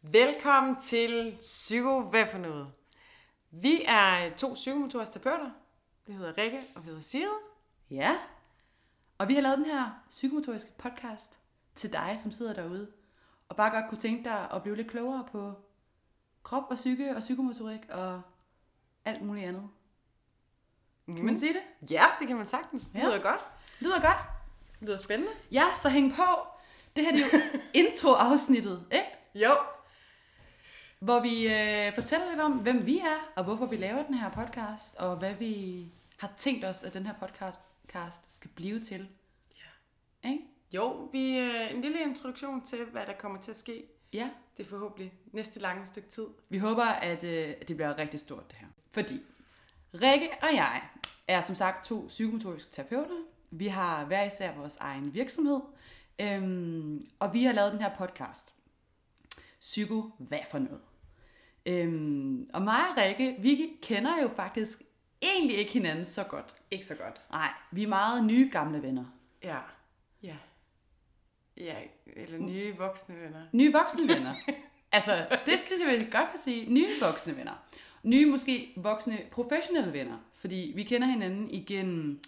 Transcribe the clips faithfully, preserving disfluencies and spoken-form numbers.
Velkommen til Psyko Hvad for noget? Vi er to psykomotoriske terapeuter. Vi hedder Rikke, og vi hedder Sigrid. Ja, og vi har lavet den her psykomotoriske podcast til dig, som sidder derude, og bare godt kunne tænke dig at blive lidt klogere på krop og psyke og psykomotorik og alt muligt andet. Mm. Kan man sige det? Ja, det kan man sagtens. Det Ja. lyder godt. Lyder godt. Det lyder spændende. Ja, så hæng på. Det her det er jo intro-afsnittet, ikke? Jo. Hvor vi øh, fortæller lidt om, hvem vi er, og hvorfor vi laver den her podcast, og hvad vi har tænkt os, at den her podcast skal blive til. Ja. Ikke? Jo, vi øh, en lille introduktion til, hvad der kommer til at ske. Ja. Det er forhåbentlig næste lange stykke tid. Vi håber, at øh, det bliver rigtig stort, det her. Fordi Rikke og jeg er som sagt to psykomotoriske terapeuter. Vi har hver især vores egen virksomhed, øhm, og vi har lavet den her podcast. Psyko Hvad for noget? Øhm, og mig og Rikke, vi kender jo faktisk egentlig ikke hinanden så godt. Ikke så godt. Nej, vi er meget nye gamle venner. Ja. Ja. Ja, eller nye voksne venner. Nye voksne venner. Altså, det synes jeg, vi godt kan sige. Nye voksne venner. Nye, måske voksne professionelle venner. Fordi vi kender hinanden igennem,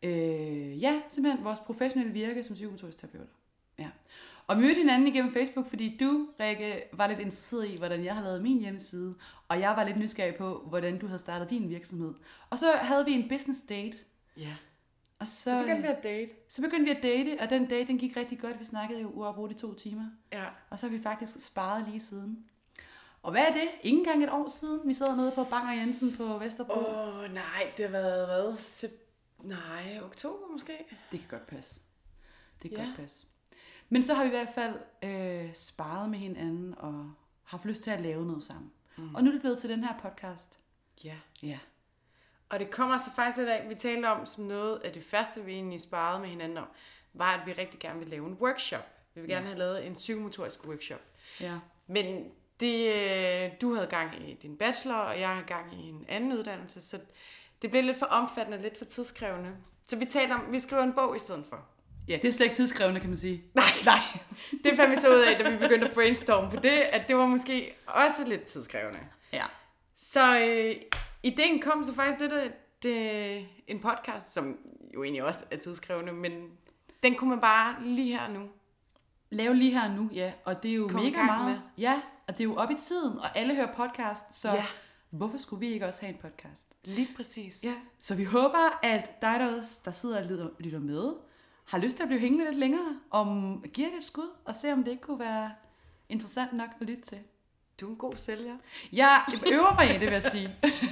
øh, ja, simpelthen vores professionelle virke som psykomotoriske terapeuter. Ja. Og vi mødte hinanden igennem Facebook, fordi du, Rikke, var lidt interesseret i, hvordan jeg havde lavet min hjemmeside. Og jeg var lidt nysgerrig på, hvordan du havde startet din virksomhed. Og så havde vi en business date. Ja. Og så, Så begyndte vi at date. Så begyndte vi at date, og den date, den gik rigtig godt. Vi snakkede jo uafbrudt i to timer. Ja. Og så har vi faktisk sparet lige siden. Og hvad er det? Ikke engang et år siden. Vi sidder nede på Bang og Jensen på Vesterbro. Åh, oh, nej, det har været hvad? Sep- nej, oktober måske? Det kan godt passe. Det kan Ja. godt passe. Men så har vi i hvert fald øh, sparet med hinanden og haft lyst til at lave noget sammen. Mm. Og nu er det blevet til den her podcast. Ja. Ja. Og det kommer så faktisk lidt af, vi talte om som noget af det første, vi egentlig sparede med hinanden om, var, at vi rigtig gerne vil lave en workshop. Vi vil gerne Ja. have lavet en psykomotorisk workshop. Ja. Men det, øh, du havde gang i din bachelor, og jeg har gang i en anden uddannelse, så det blev lidt for omfattende, lidt for tidskrævende. Så vi talte om, at vi skriver en bog i stedet for. Ja, det er slet ikke tidskrævende, kan man sige. Nej, nej. Det fandt vi så ud af, da vi begyndte at brainstorme på det, at det var måske også lidt tidskrævende. Ja. Så øh, ideen kom så faktisk lidt af det, en podcast, som jo egentlig også er tidskrævende, men den kunne man bare lige her nu. Lave lige her nu, ja. Og det er jo Kom i mega gang meget. med. Ja, og det er jo op i tiden, og alle hører podcast, så Ja. hvorfor skulle vi ikke også have en podcast? Lige præcis. Ja. Så vi håber, at dig der, også, der sidder og lytter, lytter med, har lyst til at blive hængende lidt længere, om giver det et skud, og se om det ikke kunne være interessant nok at lytte til. Du er en god sælger. Jeg øver mig i det, vil jeg sige.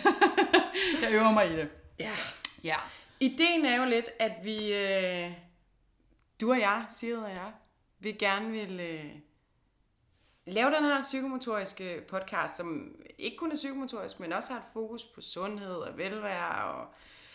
Jeg øver mig i det. Ja. Ja. Ideen er jo lidt, at vi, øh, du og jeg, Sigrid og jeg, vi gerne vil øh, lave den her psykomotoriske podcast, som ikke kun er psykomotorisk, men også har et fokus på sundhed og velvære og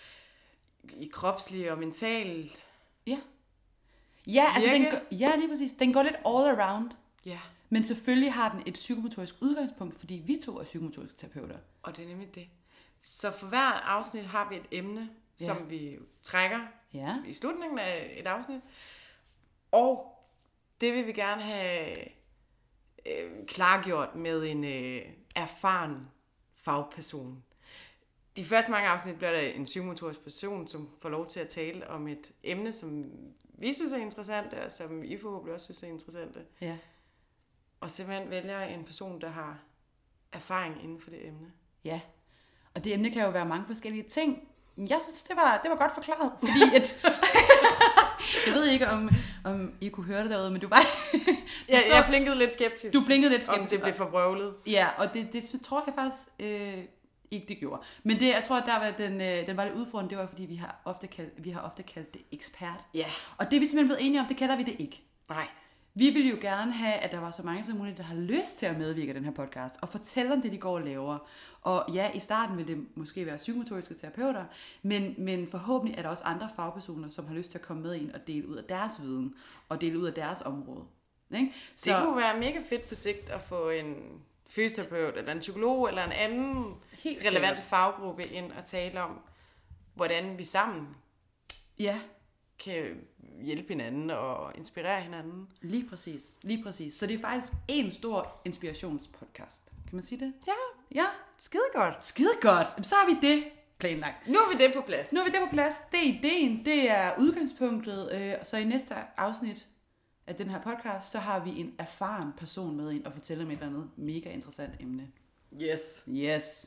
i kropslig og mentalt. Ja. Ja, altså den, Virke. går- ja, lige præcis. Den går lidt all around. Ja, Men selvfølgelig har den et psykomotorisk udgangspunkt, fordi vi to er psykomotoriske terapeuter. og det er nemlig det. Så for hver afsnit har vi et emne, Ja. som vi trækker Ja. i slutningen af et afsnit. Og det vil vi gerne have øh, klargjort med en øh, erfaren fagperson. De første mange afsnit bliver der en psykomotorisk person, som får lov til at tale om et emne, som vi synes er interessant, og som I forhåbentlig også synes er interessant. Ja. Og simpelthen vælger en person, der har erfaring inden for det emne. Ja. Og det emne kan jo være mange forskellige ting. Men jeg synes, det var, det var godt forklaret. Fordi et... jeg ved ikke, om, om I kunne høre det derude, men du var... Ja, så- jeg blinkede lidt skeptisk, Du blinkede lidt om skeptisk. det blev for vrøvlet. Ja, og det, det tror jeg faktisk øh, ikke, det gjorde. Men det, jeg tror, at der var den, øh, den var lidt udfordrende, det var, fordi vi har ofte kaldt, vi har ofte kaldt det ekspert. Ja, Og det er vi simpelthen blevet enige om, det kalder vi det ikke. nej. Vi vil jo gerne have, at der var så mange som muligt, der har lyst til at medvirke i den her podcast, og fortælle om det, de går og laver. Og ja, i starten vil det måske være psykomotoriske terapeuter, men, men forhåbentlig er der også andre fagpersoner, som har lyst til at komme med ind og dele ud af deres viden, og dele ud af deres område. Ikke? Så... Det kunne være mega fedt på sigt at få en fysioterapeut, eller en psykolog, eller en anden Helt relevant sikkert. faggruppe ind og tale om, hvordan vi sammen Ja, kan hjælpe hinanden og inspirere hinanden. Lige præcis, lige præcis. Så det er faktisk en stor inspirationspodcast. Kan man sige det? Ja, Ja. skide godt. Skide godt. Så har vi det planlagt. Nu er vi det på plads. Nu er vi det på plads. Det er ideen, det er udgangspunktet. Så i næste afsnit af den her podcast, så har vi en erfaren person med ind og fortæller om et eller andet mega interessant emne. Yes. Yes.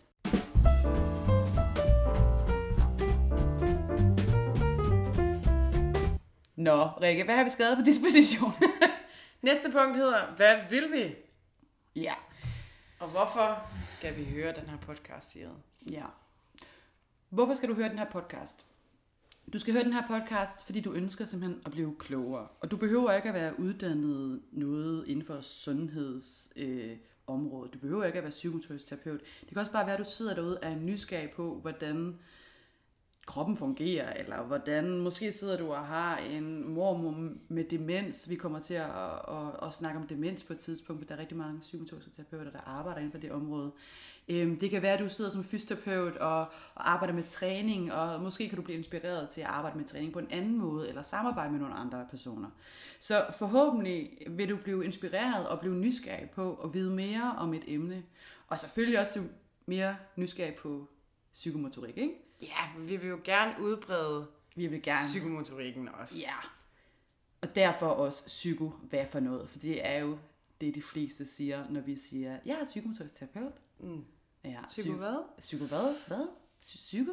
Nå, Rikke, hvad har vi skrevet på disposition? Næste punkt hedder, hvad vil vi? Ja. Og hvorfor skal vi høre den her podcast, Sigrid? Ja. Hvorfor skal du høre den her podcast? Du skal høre den her podcast, fordi du ønsker simpelthen at blive klogere. Og du behøver ikke at være uddannet noget inden for sundhedsområdet. Øh, du behøver ikke at være psykomotorisk terapeut. Det kan også bare være, at du sidder derude og er nysgerrig på, hvordan kroppen fungerer, eller hvordan måske sidder du og har en mormor med demens. Vi kommer til at, at, at, at snakke om demens på et tidspunkt, for der er rigtig mange psykomotoriske terapeuter, der arbejder inden for det område. Det kan være, at du sidder som fysioterapeut og, og arbejder med træning, og måske kan du blive inspireret til at arbejde med træning på en anden måde, eller samarbejde med nogle andre personer. Så forhåbentlig vil du blive inspireret og blive nysgerrig på at vide mere om et emne, og selvfølgelig også blive mere nysgerrig på psykomotorik, ikke? Ja, vi vil jo gerne udbrede vi vil gerne. psykomotorikken også. Ja, og derfor også psyko, hvad for noget, for det er jo det, de fleste siger, når vi siger, jeg er psykomotorisk terapeut. Mm. Ja, psyko hvad? Psyko hvad? Hvad? Psyko?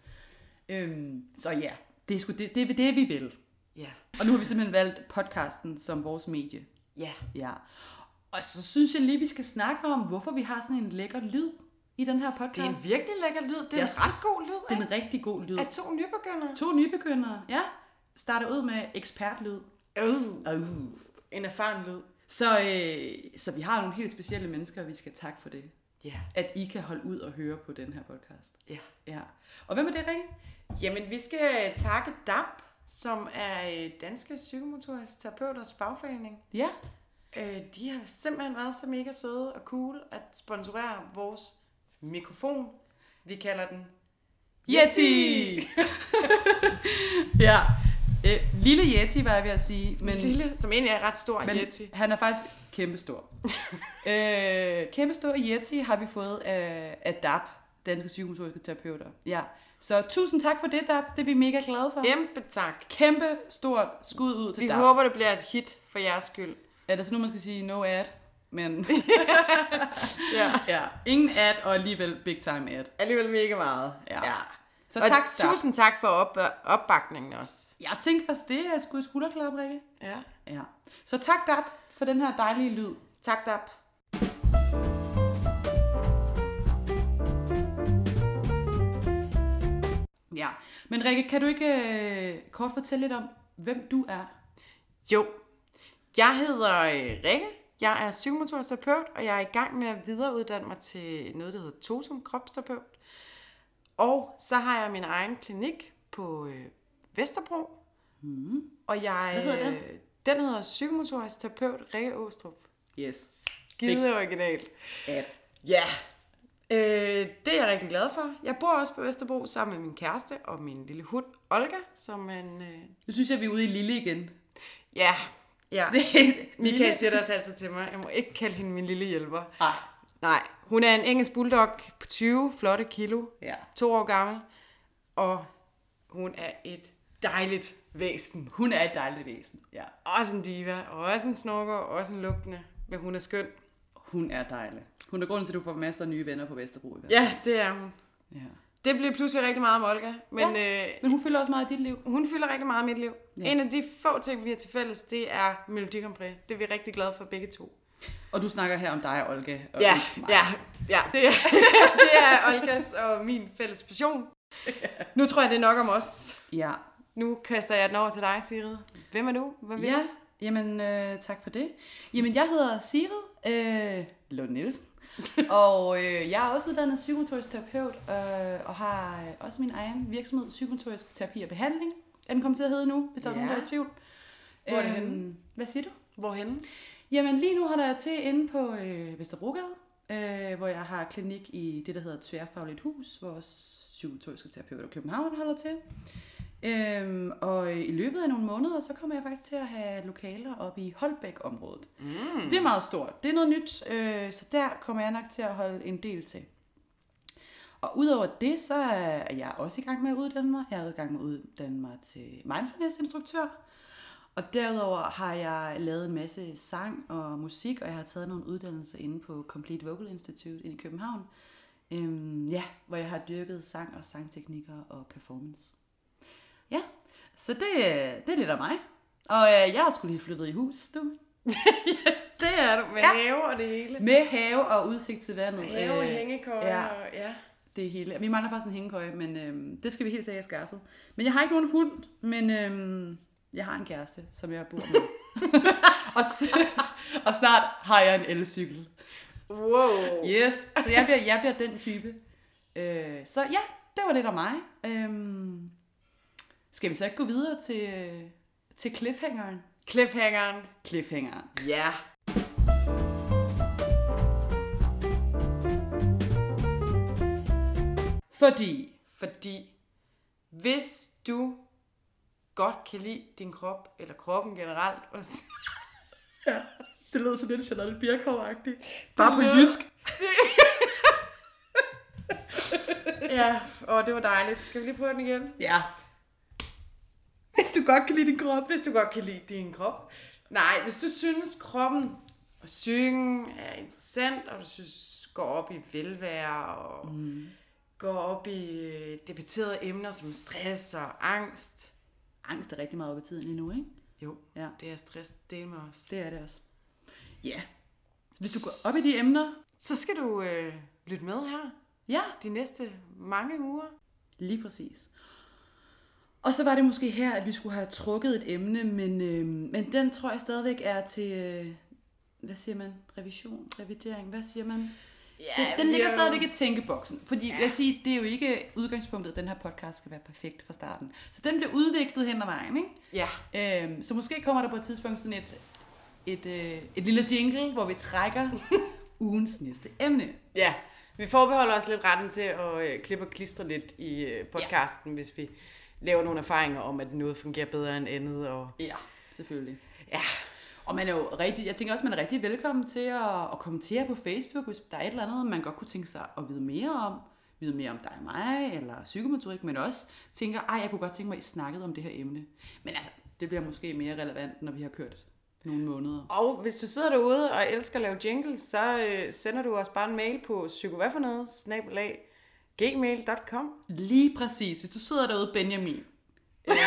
Øhm, så ja, det er, sgu det, det er det, vi vil. Ja. Og nu har vi simpelthen valgt podcasten som vores medie. Ja. Ja. Og så synes jeg lige, vi skal snakke om, hvorfor vi har sådan en lækker lyd i den her podcast. Det er en virkelig lækker lyd. Det er jeg en synes, ret god lyd, ikke? Det er en rigtig god lyd. Af to nybegyndere. To nybegyndere, ja. Starter ud med ekspertlyd. Uh. Uh. En erfaren lyd. Så, øh, så vi har nogle helt specielle mennesker, og vi skal takke for det. Ja. Yeah. At I kan holde ud og høre på den her podcast. Ja. Ja. Og hvem er det, Rikke? Jamen, vi skal takke D A P, som er Danske Psykomotoriske Terapeuters fagforening. Ja. Øh, de har simpelthen været så mega søde og cool at sponsorere vores mikrofon. Vi kalder den Yeti! Ja. Øh, lille Yeti, var jeg ved at sige. Men, lille, som egentlig er ret stor, men Yeti. Han er faktisk kæmpestor. øh, kæmpestor Yeti har vi fået af, af D A P, Danske Psykomotoriske Terapeuter. Ja. Så tusind tak for det, D A P. Det er vi mega glade for. Kæmpe tak. Kæmpe stort skud ud til vi D A P. Vi håber, det bliver et hit for jeres skyld. Er det så nu, man skal sige no ad? Men ja. Ja, ingen ad, og alligevel big time ad. Alligevel mega meget. Ja. Ja. Så og tak, tusind tak for op- opbakningen også. Jeg tænker også, det er sgu et skulderklap, Rikke. Ja. Ja. Så tak, D A P, for den her dejlige lyd. Tak, D A P. Ja, men Rikke, kan du ikke øh, kort fortælle lidt om, hvem du er? Jo, jeg hedder øh, Rikke. Jeg er psykomotorisk terapeut, og jeg er i gang med at videreuddanne mig til noget, der hedder Totem kropsterapeut. Og så har jeg min egen klinik på øh, Vesterbro. Mm. Og jeg, Hvad hedder den? Øh, den hedder psykomotorisk terapeut Rikke Åstrup. Yes. Skide originalt. Ja. Ja. Øh, det er jeg rigtig glad for. Jeg bor også på Vesterbro sammen med min kæreste og min lille hund Olga, som en... Øh... Nu synes jeg, vi er ude i lille igen. Ja. Ja. Michael Michael siger det også altid til mig. Jeg må ikke kalde hende min lille hjælper. Nej. Nej. Hun er en engelsk bulldog på tyve flotte kilo. Ja. To år gammel. Og hun er et dejligt væsen. Hun er et dejligt væsen, ja. Også en diva, og også en snorker, og også en lugtende. Men hun er skøn. Hun er dejlig. Hun er grunden til, at du får masser af nye venner på Vesterbro. Ja, det er hun. Ja. Det bliver pludselig rigtig meget om Olga. Men, ja, øh, men hun fylder også meget i dit liv. Hun fylder rigtig meget i mit liv. Ja. En af de få ting, vi har til fælles, det er Melodi Grand Prix. Det er vi rigtig glade for begge to. Og du snakker her om dig og Olga. Og ja, ja, ja. Det er, det er Olgas og min fælles passion. Nu tror jeg, det er nok om os. Ja. Nu kaster jeg den over til dig, Sigrid. Hvem er du? Hvem ja, du? Jamen øh, tak for det. Jamen jeg hedder Sigrid øh, Lund Nielsen. og øh, jeg er også uddannet psykomotorisk terapeut øh, og har øh, også min egen virksomhed, Psykomotorisk Terapi og Behandling. Er den kommet til at hedde nu, hvis der ja. er nogen, der er i tvivl? Hvor er det henne? Øhm, hvad siger du? Hvorhenne? Jamen lige nu holder jeg til inde på øh, Vesterbrogade, øh, hvor jeg har klinik i det, der hedder Tværfagligt Hus, hvor psykomotoriske terapeuter i København holder til. Øhm, og i løbet af nogle måneder, så kommer jeg faktisk til at have lokaler oppe i Holbæk-området. Mm. Så det er meget stort. Det er noget nyt, øh, så der kommer jeg nok til at holde en del til. Og udover det, så er jeg også i gang med at uddanne mig. Jeg er i gang med at uddanne mig til mindfulness-instruktør. Og derudover har jeg lavet en masse sang og musik, og jeg har taget nogle uddannelser inde på Complete Vocal Institute i København. Øhm, ja, hvor jeg har dyrket sang og sangteknikker og performance. Ja, så det, det er lidt af mig. Og øh, jeg har sgu lige flyttet i hus, du. Ja, det er du, med ja. Have og det hele. Med have og udsigt til vandet. Have og hængekøje. Ja. Og, ja. Det hele. Vi mangler faktisk en hængekøje, men øhm, det skal vi helt sikkert have skaffet. Men jeg har ikke nogen hund, men øhm, jeg har en kæreste, som jeg bor med. og, og snart har jeg en elcykel. Wow. Yes, så jeg bliver, jeg bliver den type. Øh, så ja, det var lidt af mig. Øhm, skal vi så ikke gå videre til, til cliffhangeren? Cliffhangeren. Cliffhangeren. Ja. Fordi. Fordi hvis du godt kan lide din krop, eller kroppen generelt. Ja, det lyder så lidt Charlotte Birkow-agtigt. Bare på jysk. Ja, og det var dejligt. Skal vi lige prøve den igen? Ja. Hvis du godt kan lide din krop. Hvis du godt kan lide din krop. Nej, hvis du synes kroppen og psyken er interessant, og du synes går op i velvære og mm. går op i debatterede emner som stress og angst. Angst er rigtig meget op i tiden lige nu, ikke? Jo, ja. Det er stress. Del med os. Det er det også. Ja. Yeah. Hvis du går op i de emner, så skal du øh, lytte med her. Ja. De næste mange uger. Lige præcis. Og så var det måske her, at vi skulle have trukket et emne, men, øh, men den tror jeg stadigvæk er til, øh, hvad siger man, revision, revidering, hvad siger man? Ja, den, den ligger jo stadigvæk i tænkeboksen, fordi ja. Jeg siger, det er jo ikke udgangspunktet, at den her podcast skal være perfekt fra starten. Så den bliver udviklet hen ad vejen, ikke? Ja. Øhm, så måske kommer der på et tidspunkt sådan et, et, øh, et lille jingle, hvor vi trækker ugens næste emne. Ja, vi forbeholder os lidt retten til at øh, klippe og klistre lidt i øh, podcasten, ja. Hvis vi laver nogle erfaringer om, at noget fungerer bedre end andet. Og ja, selvfølgelig. Ja. Og man er jo rigtig, jeg tænker også, man er rigtig velkommen til at, at kommentere på Facebook, hvis der er et eller andet, man godt kunne tænke sig at vide mere om. Vide mere om dig og mig, eller psykomotorik, men også tænker, ej, jeg kunne godt tænke mig, at I snakkede om det her emne. Men altså, det bliver måske mere relevant, når vi har kørt nogle måneder. Og hvis du sidder derude og elsker at lave jingles, så øh, sender du os bare en mail på psykoværfornød snabel-a gmail punktum com. Lige præcis. Hvis du sidder derude, Benjamin, øh,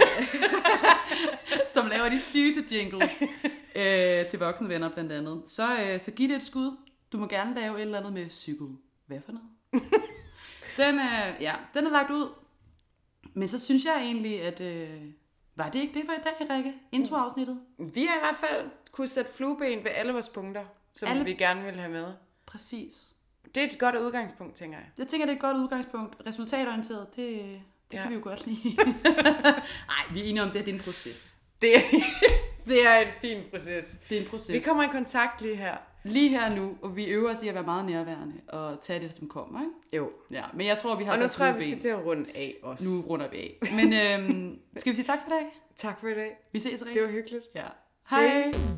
som laver de sygeste jingles øh, til voksne venner blandt andet, så, øh, så giv det et skud. Du må gerne lave et eller andet med psyko. Hvad for noget? den, øh, ja, den er lagt ud. Men så synes jeg egentlig, at øh, var det ikke det for i dag, Rikke? Introafsnittet. Vi har i hvert fald kunne sætte flueben ved alle vores punkter, som alle... vi gerne vil have med. Præcis. Det er et godt udgangspunkt, tænker jeg. Jeg tænker, det er et godt udgangspunkt. Resultatorienteret, det, det ja. Kan vi jo godt lide. Nej, vi er enige om, det er din proces. Det er, det er en fin proces. Det er en proces. Vi kommer i kontakt lige her. Lige her nu, og vi øver os i at være meget nærværende og tage det, som kommer, ikke? Jo. Ja, men jeg tror, vi har... Og nu tror jeg, vi skal til at runde af også. Nu runder vi af. Men øhm, skal vi sige tak for i dag? Tak for i dag. Vi ses, Rikke. Det var hyggeligt. Ja. Hej. Hej.